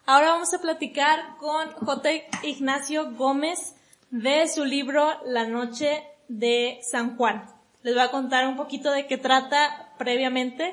Ahora vamos a platicar con J. Ignacio Gómez de su libro La Noche de San Juan. Les voy a contar un poquito de qué trata previamente.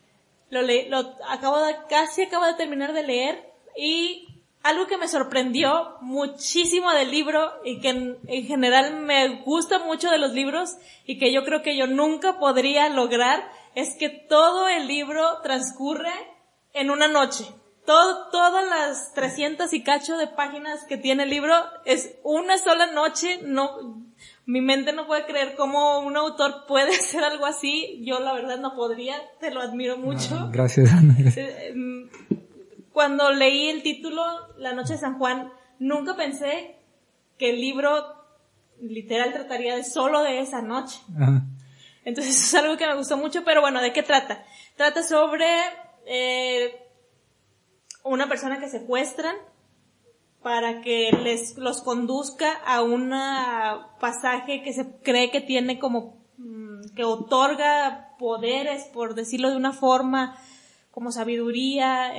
Casi acabo de terminar de leer, y algo que me sorprendió muchísimo del libro y que en general me gusta mucho de los libros y que yo creo que yo nunca podría lograr es que todo el libro transcurre en una noche. Todas las 300 y cacho de páginas que tiene el libro es una sola noche. No, mi mente no puede creer cómo un autor puede hacer algo así. Yo la verdad no podría, te lo admiro mucho. Gracias, Ana. Cuando leí el título, La Noche de San Juan, nunca pensé que el libro literal trataría solo de esa noche. Ajá. Entonces eso es algo que me gustó mucho, pero bueno, ¿de qué trata? Trata sobre una persona que secuestran para que los conduzca a un pasaje que se cree que tiene como, que otorga poderes, por decirlo de una forma, como sabiduría,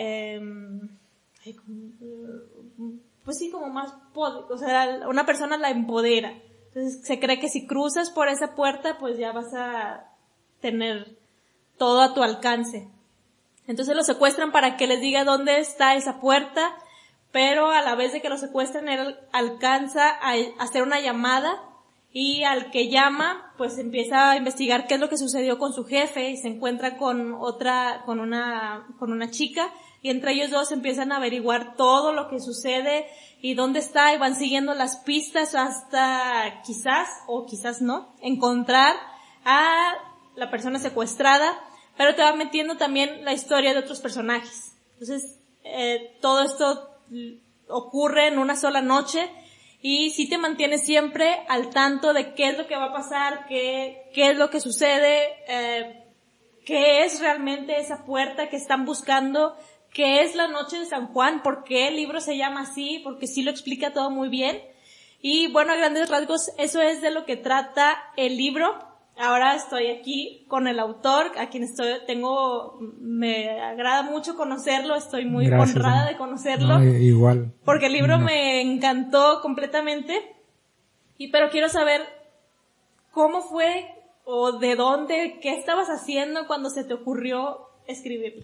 pues sí, como más poder, o sea, una persona la empodera. Entonces se cree que si cruzas por esa puerta, pues ya vas a tener todo a tu alcance. Entonces lo secuestran para que les diga dónde está esa puerta, pero a la vez de que lo secuestran, él alcanza a hacer una llamada, y al que llama, pues empieza a investigar qué es lo que sucedió con su jefe, y se encuentra con una chica, y entre ellos dos empiezan a averiguar todo lo que sucede y dónde está, y van siguiendo las pistas hasta quizás, o quizás no, encontrar a la persona secuestrada, pero te va metiendo también la historia de otros personajes. Entonces, todo esto ocurre en una sola noche, y sí te mantiene siempre al tanto de qué es lo que va a pasar, qué es lo que sucede, qué es realmente esa puerta que están buscando, qué es la Noche de San Juan, por qué el libro se llama así, porque sí lo explica todo muy bien. Y bueno, a grandes rasgos, eso es de lo que trata el libro. Ahora estoy aquí con el autor, a quien me agrada mucho conocerlo, estoy muy honrada de conocerlo. No, igual. Porque el libro me encantó completamente. Pero quiero saber cómo fue, o de dónde, qué estabas haciendo cuando se te ocurrió escribirlo.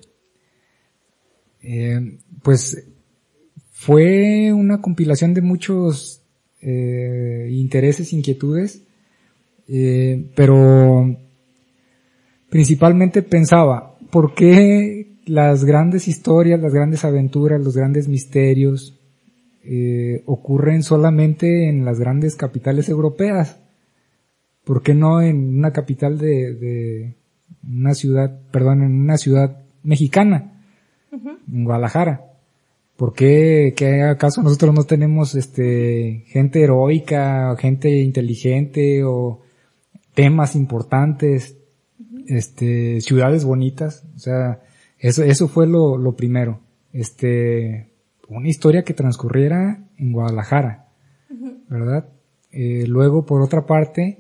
Pues fue una compilación de muchos intereses, inquietudes. Pero principalmente pensaba, ¿por qué las grandes historias, las grandes aventuras, los grandes misterios ocurren solamente en las grandes capitales europeas? ¿Por qué no en una capital de una ciudad, en una ciudad mexicana, en Guadalajara? ¿Por qué acaso nosotros no tenemos gente heroica, gente inteligente, o temas importantes, ciudades bonitas? O sea, eso fue lo primero. Una historia que transcurriera en Guadalajara, ¿verdad? Luego, por otra parte,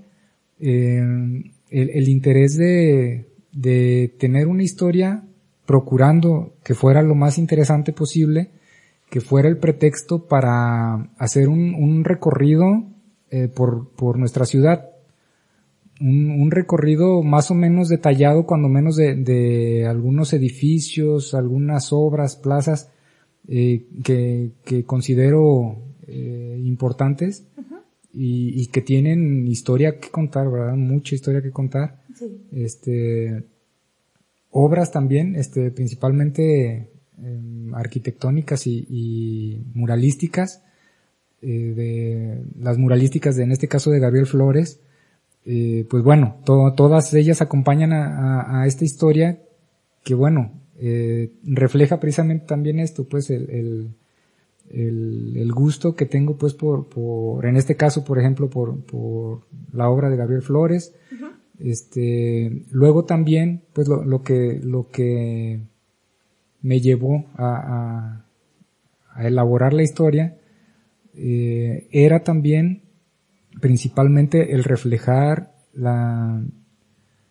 el interés de tener una historia procurando que fuera lo más interesante posible, que fuera el pretexto para hacer un recorrido por nuestra ciudad. Un recorrido más o menos detallado, cuando menos de algunos edificios, algunas obras, plazas que considero importantes, y que tienen historia que contar, ¿verdad? Mucha historia que contar. Sí. Obras también, principalmente arquitectónicas y muralísticas, de las muralísticas en este caso de Gabriel Flores. Pues bueno, todas ellas acompañan a esta historia que, bueno, refleja precisamente también esto, pues el gusto que tengo, pues, por en este caso, por ejemplo, por la obra de Gabriel Flores. Luego también, pues, lo que me llevó a elaborar la historia, era también principalmente el reflejar la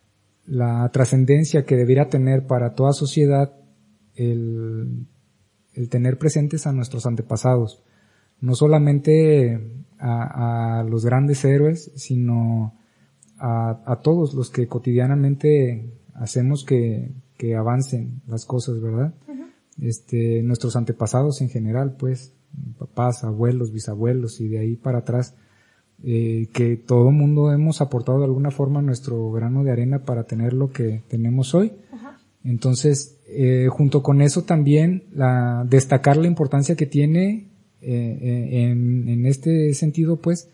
trascendencia que debiera tener para toda sociedad el el tener presentes a nuestros antepasados, no solamente a los grandes héroes, sino a todos los que cotidianamente hacemos que avancen las cosas, ¿verdad? Uh-huh. Nuestros antepasados en general, pues, papás, abuelos, bisabuelos y de ahí para atrás, que todo mundo hemos aportado de alguna forma nuestro grano de arena para tener lo que tenemos hoy. Uh-huh. Entonces, junto con eso también destacar la importancia que tiene en este sentido, pues,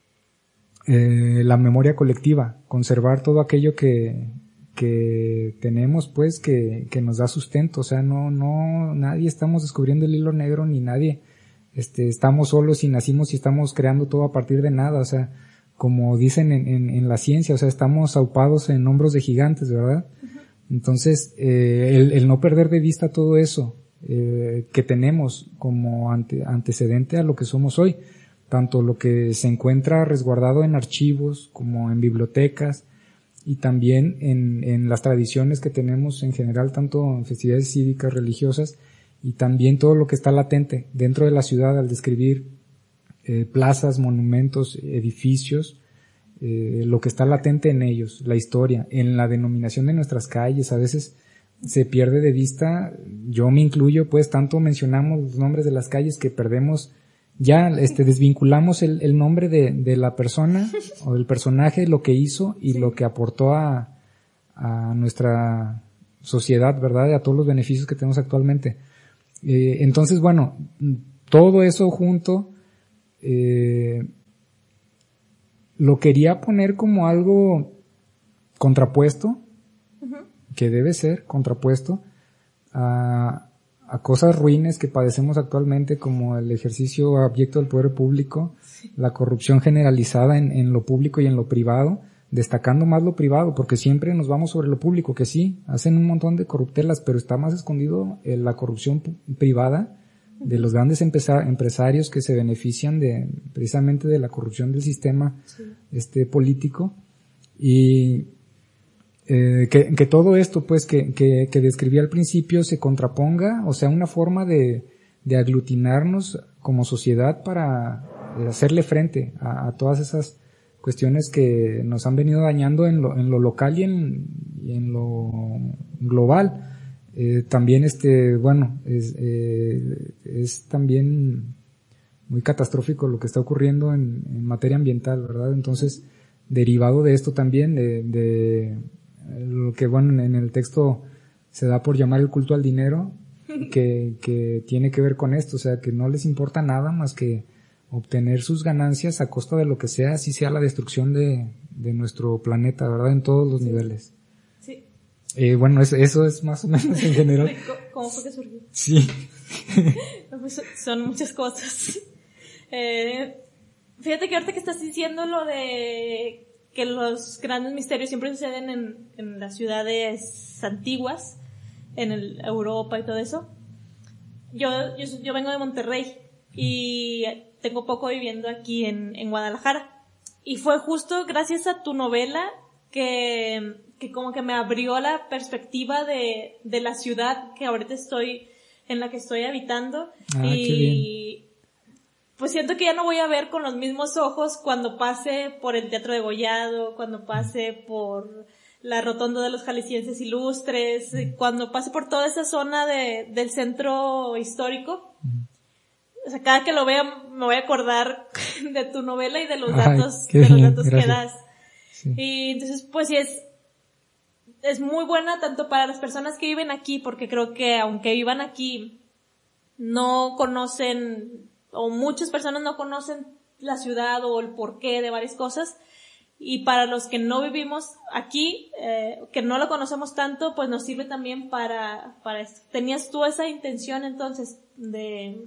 la memoria colectiva, conservar todo aquello que tenemos, pues, que nos da sustento. O sea, nadie estamos descubriendo el hilo negro, ni nadie estamos solos y nacimos y estamos creando todo a partir de nada. O sea, como dicen en la ciencia, o sea, estamos aupados en hombros de gigantes, ¿verdad? Uh-huh. Entonces, el no perder de vista todo eso que tenemos como antecedente a lo que somos hoy, tanto lo que se encuentra resguardado en archivos como en bibliotecas, y también en las tradiciones que tenemos en general, tanto en festividades cívicas, religiosas, y también todo lo que está latente dentro de la ciudad al describir plazas, monumentos, edificios, lo que está latente en ellos, la historia, en la denominación de nuestras calles. A veces se pierde de vista, yo me incluyo, pues tanto mencionamos los nombres de las calles que perdemos, ya desvinculamos el nombre de la persona o del personaje, lo que hizo y sí, lo que aportó a nuestra sociedad, ¿verdad? Y a todos los beneficios que tenemos actualmente. Entonces, bueno, todo eso junto, lo quería poner como algo contrapuesto, uh-huh, que debe ser contrapuesto a cosas ruines que padecemos actualmente, como el ejercicio abyecto del poder público, sí, la corrupción generalizada en lo público y en lo privado, destacando más lo privado, porque siempre nos vamos sobre lo público, que sí, hacen un montón de corruptelas, pero está más escondido la corrupción privada de los grandes empresarios que se benefician precisamente de la corrupción del sistema, sí, político, y que todo esto, pues, que describí al principio se contraponga, o sea, una forma de aglutinarnos como sociedad para hacerle frente a todas esas cuestiones que nos han venido dañando en lo local y en lo global. También bueno, es también muy catastrófico lo que está ocurriendo en materia ambiental, ¿verdad? Entonces, derivado de esto también, de lo que, bueno, en el texto se da por llamar el culto al dinero, que tiene que ver con esto, o sea, que no les importa nada más que obtener sus ganancias a costa de lo que sea, así sea la destrucción de nuestro planeta, ¿verdad? En todos los niveles. Sí. Bueno, eso es más o menos en general. ¿Cómo fue que surgió? Sí. Pues son muchas cosas. Fíjate que ahorita que estás diciendo lo de que los grandes misterios siempre suceden en las ciudades antiguas, en Europa y todo eso. Yo vengo de Monterrey y tengo poco viviendo aquí en Guadalajara. Y fue justo gracias a tu novela que como que me abrió la perspectiva de la ciudad que ahorita en la que estoy habitando. Y qué bien. Pues siento que ya no voy a ver con los mismos ojos cuando pase por el Teatro Degollado, cuando pase por la Rotonda de los Jaliscienses Ilustres, cuando pase por toda esa zona del centro histórico. O sea, cada que lo vea me voy a acordar de tu novela y de los datos, que das. Sí. Y entonces, pues sí, es muy buena tanto para las personas que viven aquí, porque creo que aunque vivan aquí, no conocen, o muchas personas no conocen la ciudad o el porqué de varias cosas, y para los que no vivimos aquí, que no lo conocemos tanto, pues nos sirve también para esto. ¿Tenías tú esa intención entonces de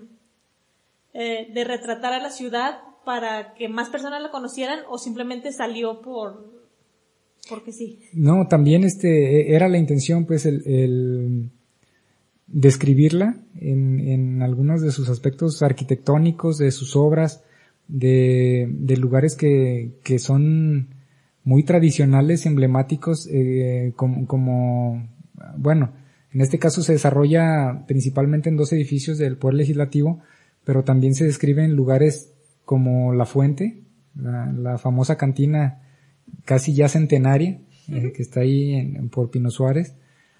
retratar a la ciudad para que más personas la conocieran, o simplemente salió porque sí? No, también era la intención, pues, el describirla en algunos de sus aspectos arquitectónicos, de sus obras, de lugares que son muy tradicionales, emblemáticos, como bueno, En este caso se desarrolla principalmente en 2 edificios del Poder Legislativo, pero también se describen lugares como La Fuente, la famosa cantina casi ya centenaria, que está ahí por Pino Suárez.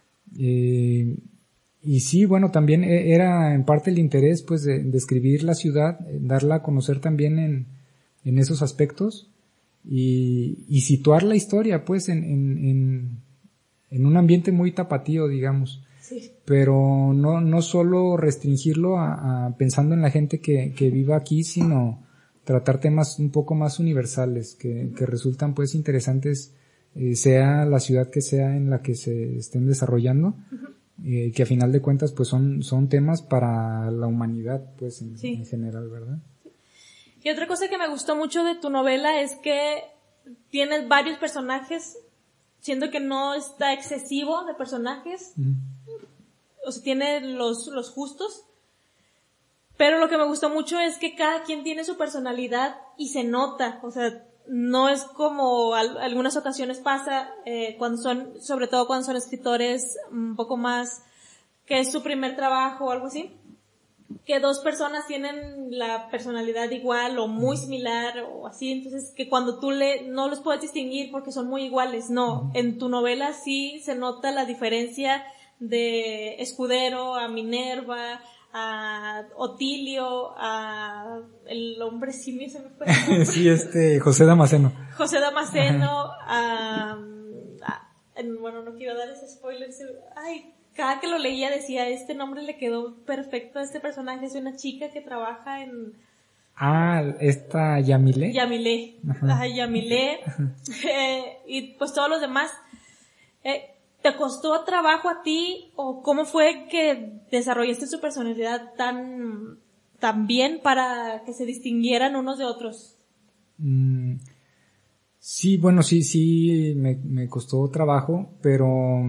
Y sí, bueno, también era en parte el interés, pues, de describir la ciudad, darla a conocer también en esos aspectos y situar la historia, pues, en un ambiente muy tapatío, digamos. Sí. Pero no solo restringirlo a pensando en la gente que viva aquí, sino tratar temas un poco más universales que resultan, pues, interesantes, sea la ciudad que sea en la que se estén desarrollando. Que a final de cuentas pues son temas para la humanidad pues en general, ¿verdad? Y otra cosa que me gustó mucho de tu novela es que tienes varios personajes, siendo que no está excesivo de personajes, o sea, tiene los justos, pero lo que me gustó mucho es que cada quien tiene su personalidad y se nota, o sea, no es como algunas ocasiones pasa sobre todo cuando son escritores un poco más que es su primer trabajo o algo así, que 2 personas tienen la personalidad igual o muy similar o así, entonces que cuando tú no los puedes distinguir porque son muy iguales, no, en tu novela sí se nota la diferencia de Escudero a Minerva, a Otilio, a el hombre simio se me fue. Sí, José Damasceno. José Damasceno, bueno, no quiero dar ese spoiler. Ay, cada que lo leía decía, este nombre le quedó perfecto a este personaje, es una chica que trabaja en... esta Yamilé. Yamilé. Ajá, Yamilé. Y pues todos los demás... ¿Te costó trabajo a ti o cómo fue que desarrollaste su personalidad tan bien para que se distinguieran unos de otros? Sí, bueno, sí, me costó trabajo, pero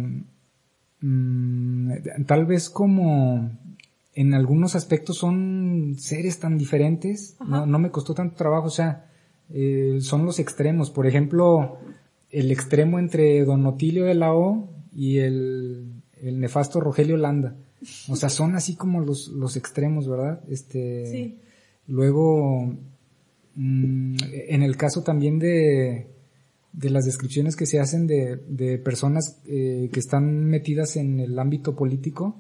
tal vez como en algunos aspectos son seres tan diferentes, no me costó tanto trabajo, o sea, son los extremos, por ejemplo, el extremo entre Don Otilio de la O y el nefasto Rogelio Landa, o sea, son así como los extremos, ¿verdad? Sí. Luego, en el caso también de las descripciones que se hacen de personas que están metidas en el ámbito político,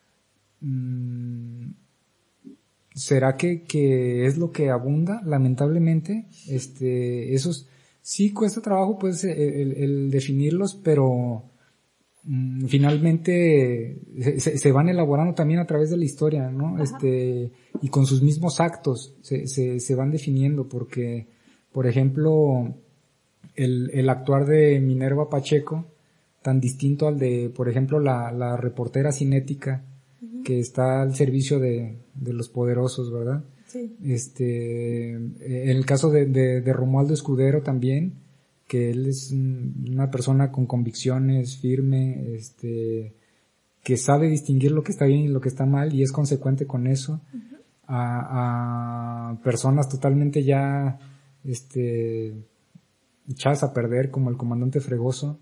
¿será que es lo que abunda? Lamentablemente, esos sí cuesta trabajo, pues, el definirlos, pero finalmente se van elaborando también a través de la historia, ¿no? Y con sus mismos actos se van definiendo, porque, por ejemplo, el actuar de Minerva Pacheco, tan distinto al de, por ejemplo, la reportera cinética, que está al servicio de los poderosos, ¿verdad? Sí. En el caso de Romualdo Escudero también, que él es una persona con convicciones, firme, que sabe distinguir lo que está bien y lo que está mal y es consecuente con eso, a personas totalmente ya, echadas a perder, como el comandante Fregoso,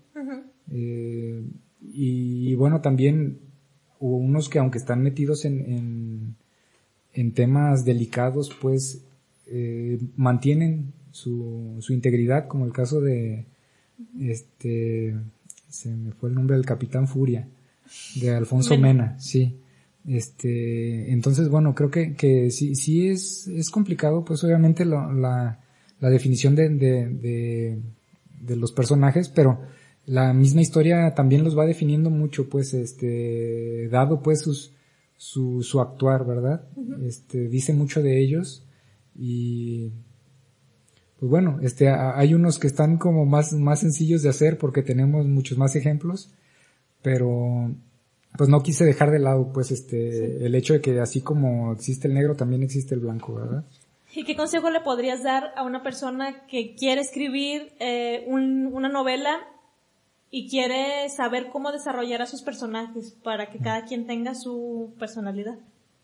y bueno, también hubo unos que aunque están metidos en temas delicados, pues, mantienen su integridad, como el caso de se me fue el nombre del Capitán Furia, de Alfonso Mena, sí. Entonces, bueno, creo que sí es complicado, pues obviamente la definición de los personajes, pero la misma historia también los va definiendo mucho, pues, dado pues su actuar, ¿verdad? Dice mucho de ellos y pues bueno, hay unos que están como más sencillos de hacer porque tenemos muchos más ejemplos, pero pues no quise dejar de lado pues el hecho de que así como existe el negro también existe el blanco, ¿verdad? ¿Y qué consejo le podrías dar a una persona que quiere escribir una novela y quiere saber cómo desarrollar a sus personajes para que cada quien tenga su personalidad?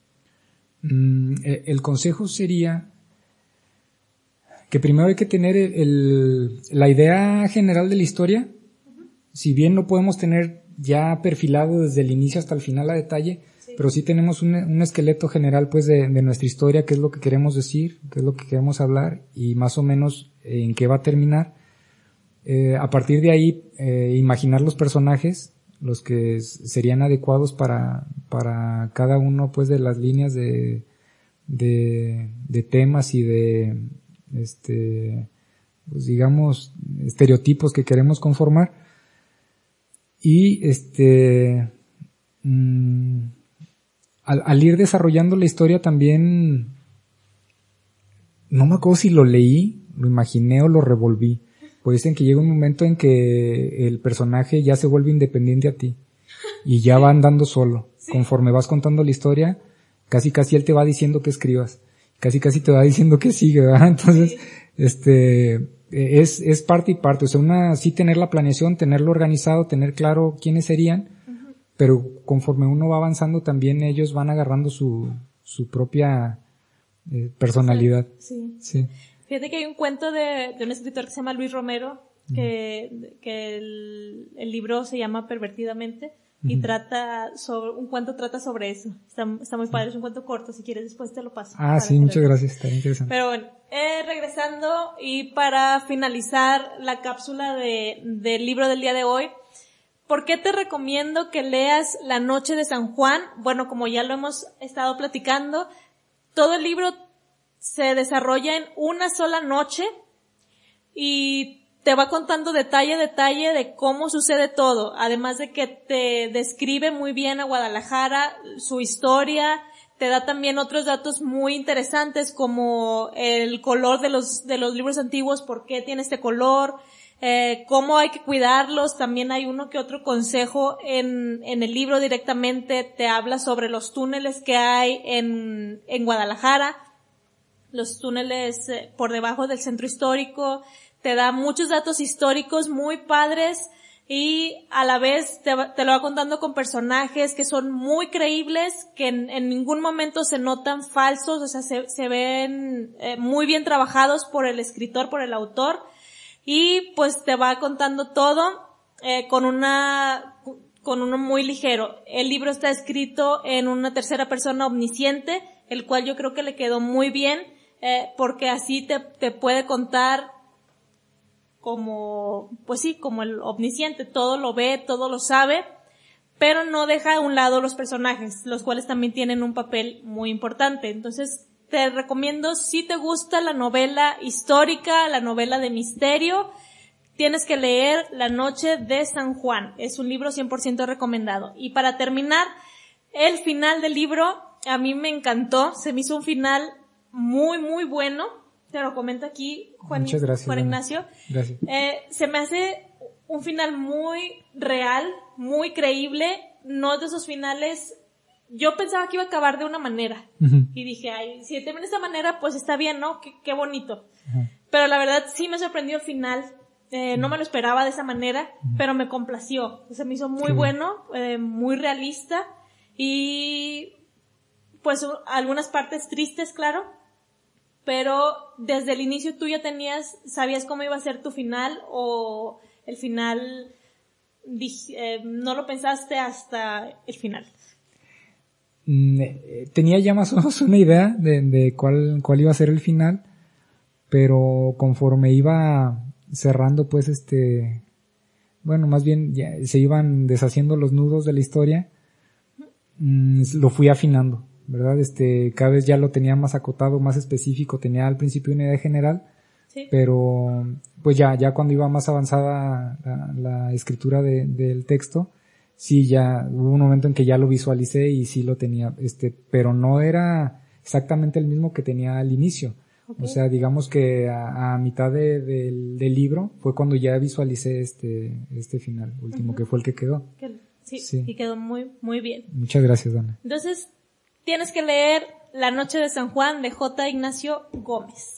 El consejo sería que primero hay que tener la idea general de la historia. Si bien no podemos tener ya perfilado desde el inicio hasta el final a detalle, pero sí tenemos un esqueleto general pues de nuestra historia, qué es lo que queremos decir, qué es lo que queremos hablar y más o menos en qué va a terminar. A partir de ahí, imaginar los personajes, los que serían adecuados para cada uno pues de las líneas de temas y de pues digamos estereotipos que queremos conformar. Y al ir desarrollando la historia también, no me acuerdo si lo leí, lo imaginé o lo revolví. Pues dicen que llega un momento en que el personaje ya se vuelve independiente a ti y ya va andando solo. Sí. Conforme vas contando la historia, casi él te va diciendo que escribas, casi te va diciendo que sigue, ¿verdad? Entonces, sí. Es parte y parte. O sea, sí tener la planeación, tenerlo organizado, tener claro quiénes serían, pero conforme uno va avanzando también ellos van agarrando su propia personalidad. Sí. Fíjate que hay un cuento de un escritor que se llama Luis Romero, que el libro se llama Pervertidamente, y un cuento trata sobre eso. Está muy padre, es un cuento corto, si quieres después te lo paso. Sí, muchas gracias, está interesante. Pero bueno, regresando y para finalizar la cápsula del libro del día de hoy, ¿por qué te recomiendo que leas La Noche de San Juan? Bueno, como ya lo hemos estado platicando, todo el libro se desarrolla en una sola noche y te va contando detalle a detalle de cómo sucede todo, además de que te describe muy bien a Guadalajara, su historia, te da también otros datos muy interesantes como el color de los libros antiguos, por qué tiene este color, cómo hay que cuidarlos. También hay uno que otro consejo en el libro directamente, te habla sobre los túneles que hay en Guadalajara, los túneles por debajo del centro histórico, te da muchos datos históricos muy padres y a la vez te lo va contando con personajes que son muy creíbles, que en ningún momento se notan falsos, o sea, se ven muy bien trabajados por el escritor, por el autor, y pues te va contando todo con uno muy ligero. El libro está escrito en una tercera persona omnisciente, el cual yo creo que le quedó muy bien, porque así te puede contar como el omnisciente, todo lo ve, todo lo sabe, pero no deja a un lado los personajes, los cuales también tienen un papel muy importante. Entonces, te recomiendo, si te gusta la novela histórica, la novela de misterio, tienes que leer La Noche de San Juan. Es un libro 100% recomendado. Y para terminar, el final del libro a mí me encantó, se me hizo un final muy, muy bueno. Te lo comento aquí, Juan Ignacio. Gracias. Se me hace un final muy real, muy creíble, no de esos finales. Yo pensaba que iba a acabar de una manera. Y dije, si termina de esta manera, pues está bien, ¿no? Qué bonito. Pero la verdad sí me sorprendió el final. No me lo esperaba de esa manera, pero me complació. Se me hizo muy bueno, muy realista. Y pues algunas partes tristes, claro. Pero desde el inicio tú ya sabías cómo iba a ser tu final, o el final no lo pensaste hasta el final. Tenía ya más o menos una idea de cuál iba a ser el final, pero conforme iba cerrando pues bueno, más bien ya se iban deshaciendo los nudos de la historia, lo fui afinando, ¿verdad? Cada vez ya lo tenía más acotado, más específico, tenía al principio una idea general, pero pues ya cuando iba más avanzada la escritura del texto, sí, ya hubo un momento en que ya lo visualicé y sí lo tenía, pero no era exactamente el mismo que tenía al inicio. Okay. O sea, digamos que a mitad del libro fue cuando ya visualicé este final último, que fue el que quedó. Sí, y quedó muy, muy bien. Muchas gracias, Dana. Entonces, tienes que leer La Noche de San Juan de J. Ignacio Gómez.